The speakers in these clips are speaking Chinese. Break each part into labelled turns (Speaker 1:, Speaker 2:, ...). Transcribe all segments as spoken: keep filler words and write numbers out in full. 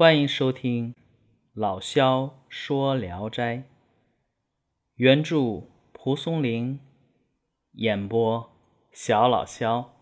Speaker 1: 欢迎收听老萧说聊斋，原著蒲松龄，演播小老萧。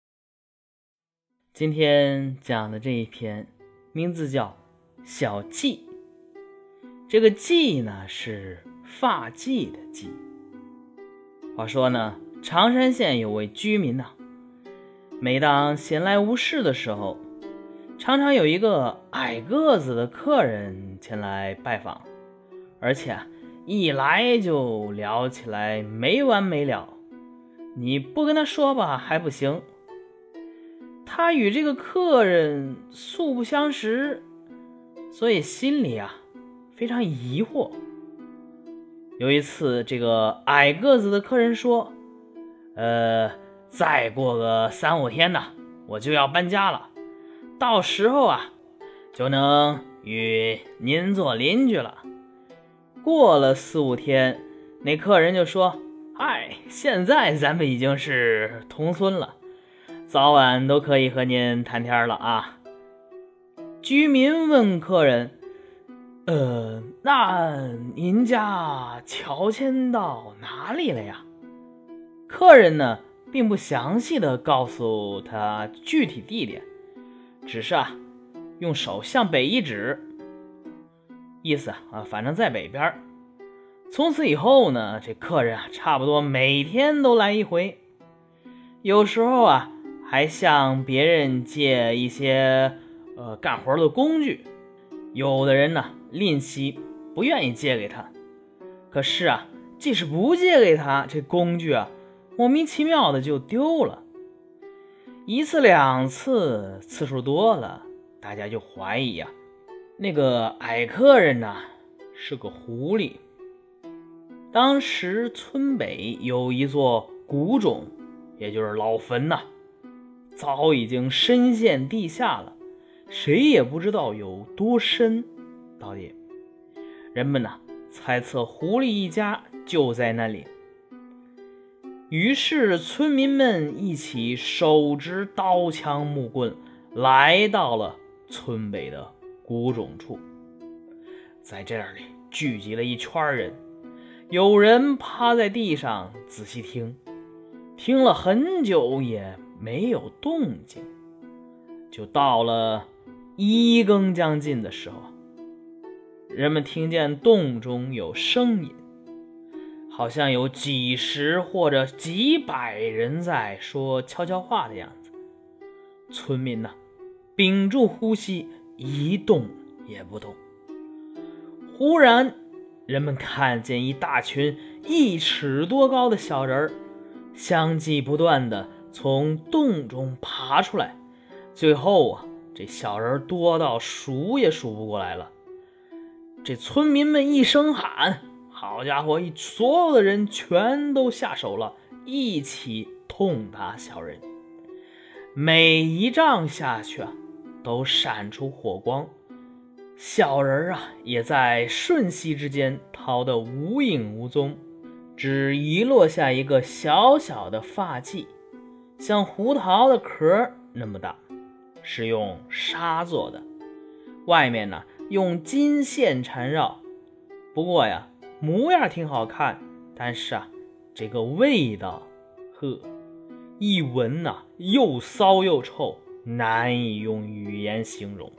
Speaker 1: 今天讲的这一篇名字叫小髻，这个髻呢是发髻的髻。话说呢，常山县有位居民呢、啊，每当闲来无事的时候，常常有一个矮个子的客人前来拜访，而且一来就聊起来没完没了，你不跟他说吧还不行。他与这个客人素不相识，所以心里啊非常疑惑。有一次，这个矮个子的客人说，呃，再过个三五天呢，我就要搬家了，到时候啊就能与您做邻居了。过了四五天，那客人就说，嗨，现在咱们已经是同村了，早晚都可以和您谈天了啊。居民问客人，呃，那您家乔迁到哪里了呀？客人呢并不详细的告诉他具体地点，只是啊用手向北一指，意思啊反正在北边。从此以后呢，这客人啊差不多每天都来一回，有时候啊还向别人借一些呃干活的工具。有的人呢吝惜，不愿意借给他，可是啊即使不借给他，这工具啊莫名其妙的就丢了。一次两次，次数多了，大家就怀疑啊那个矮客人呢是个狐狸。当时村北有一座古冢，也就是老坟呐、啊，早已经深陷地下了，谁也不知道有多深。到底人们呢猜测狐狸一家就在那里，于是村民们一起手执刀枪木棍来到了村北的古冢处。在这里聚集了一圈人，有人趴在地上仔细听，听了很久也没有动静。就到了一更将近的时候，人们听见洞中有声音，好像有几十或者几百人在说悄悄话的样子。村民呢屏住呼吸，一动也不动。忽然人们看见一大群一尺多高的小人相继不断的从洞中爬出来，最后啊这小人多到数也数不过来了。这村民们一声喊，好家伙，所有的人全都下手了，一起痛打小人。每一仗下去啊都闪出火光，小人啊也在瞬息之间逃得无影无踪，只遗落下一个小小的发髻，像胡桃的壳那么大，是用纱做的，外面呢用金线缠绕。不过呀模样挺好看，但是啊这个味道呵，一闻呐、啊、又骚又臭，难以用语言形容。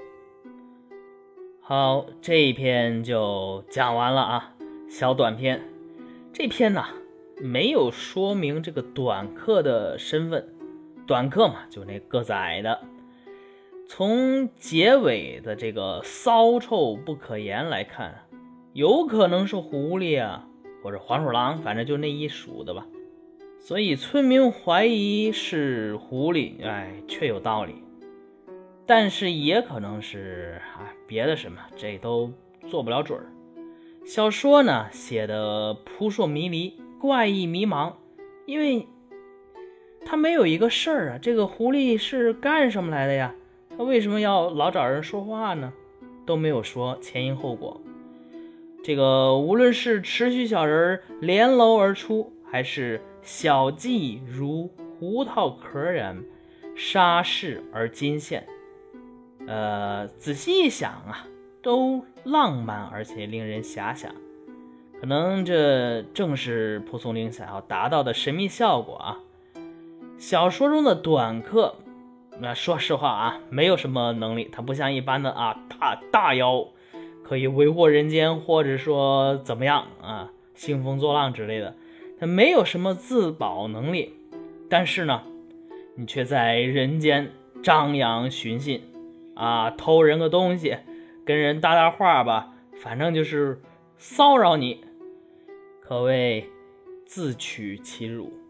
Speaker 1: 好，这一篇就讲完了啊，小短篇。这篇呢没有说明这个短客的身份，短客嘛就那个子矮的。从结尾的这个骚臭不可言来看，有可能是狐狸啊或者黄鼠狼，反正就那一属的吧。所以村民怀疑是狐狸，哎，确有道理。但是也可能是啊别的什么，这都做不了准儿。小说呢写的扑朔迷离，怪异迷茫，因为他没有一个事儿啊，这个狐狸是干什么来的呀？他为什么要老找人说话呢？都没有说前因后果。这个无论是持续小人连楼而出，还是小髻如胡桃壳然，纱饰而金线， 呃，仔细一想啊，都浪漫而且令人遐想。可能这正是蒲松龄想要达到的神秘效果啊。小说中的短客，那说实话啊，没有什么能力，他不像一般的啊大大妖，可以为祸人间，或者说怎么样啊，兴风作浪之类的，他没有什么自保能力。但是呢，你却在人间张扬寻衅啊，偷人个东西，跟人搭搭话吧，反正就是骚扰你，可谓自取其辱。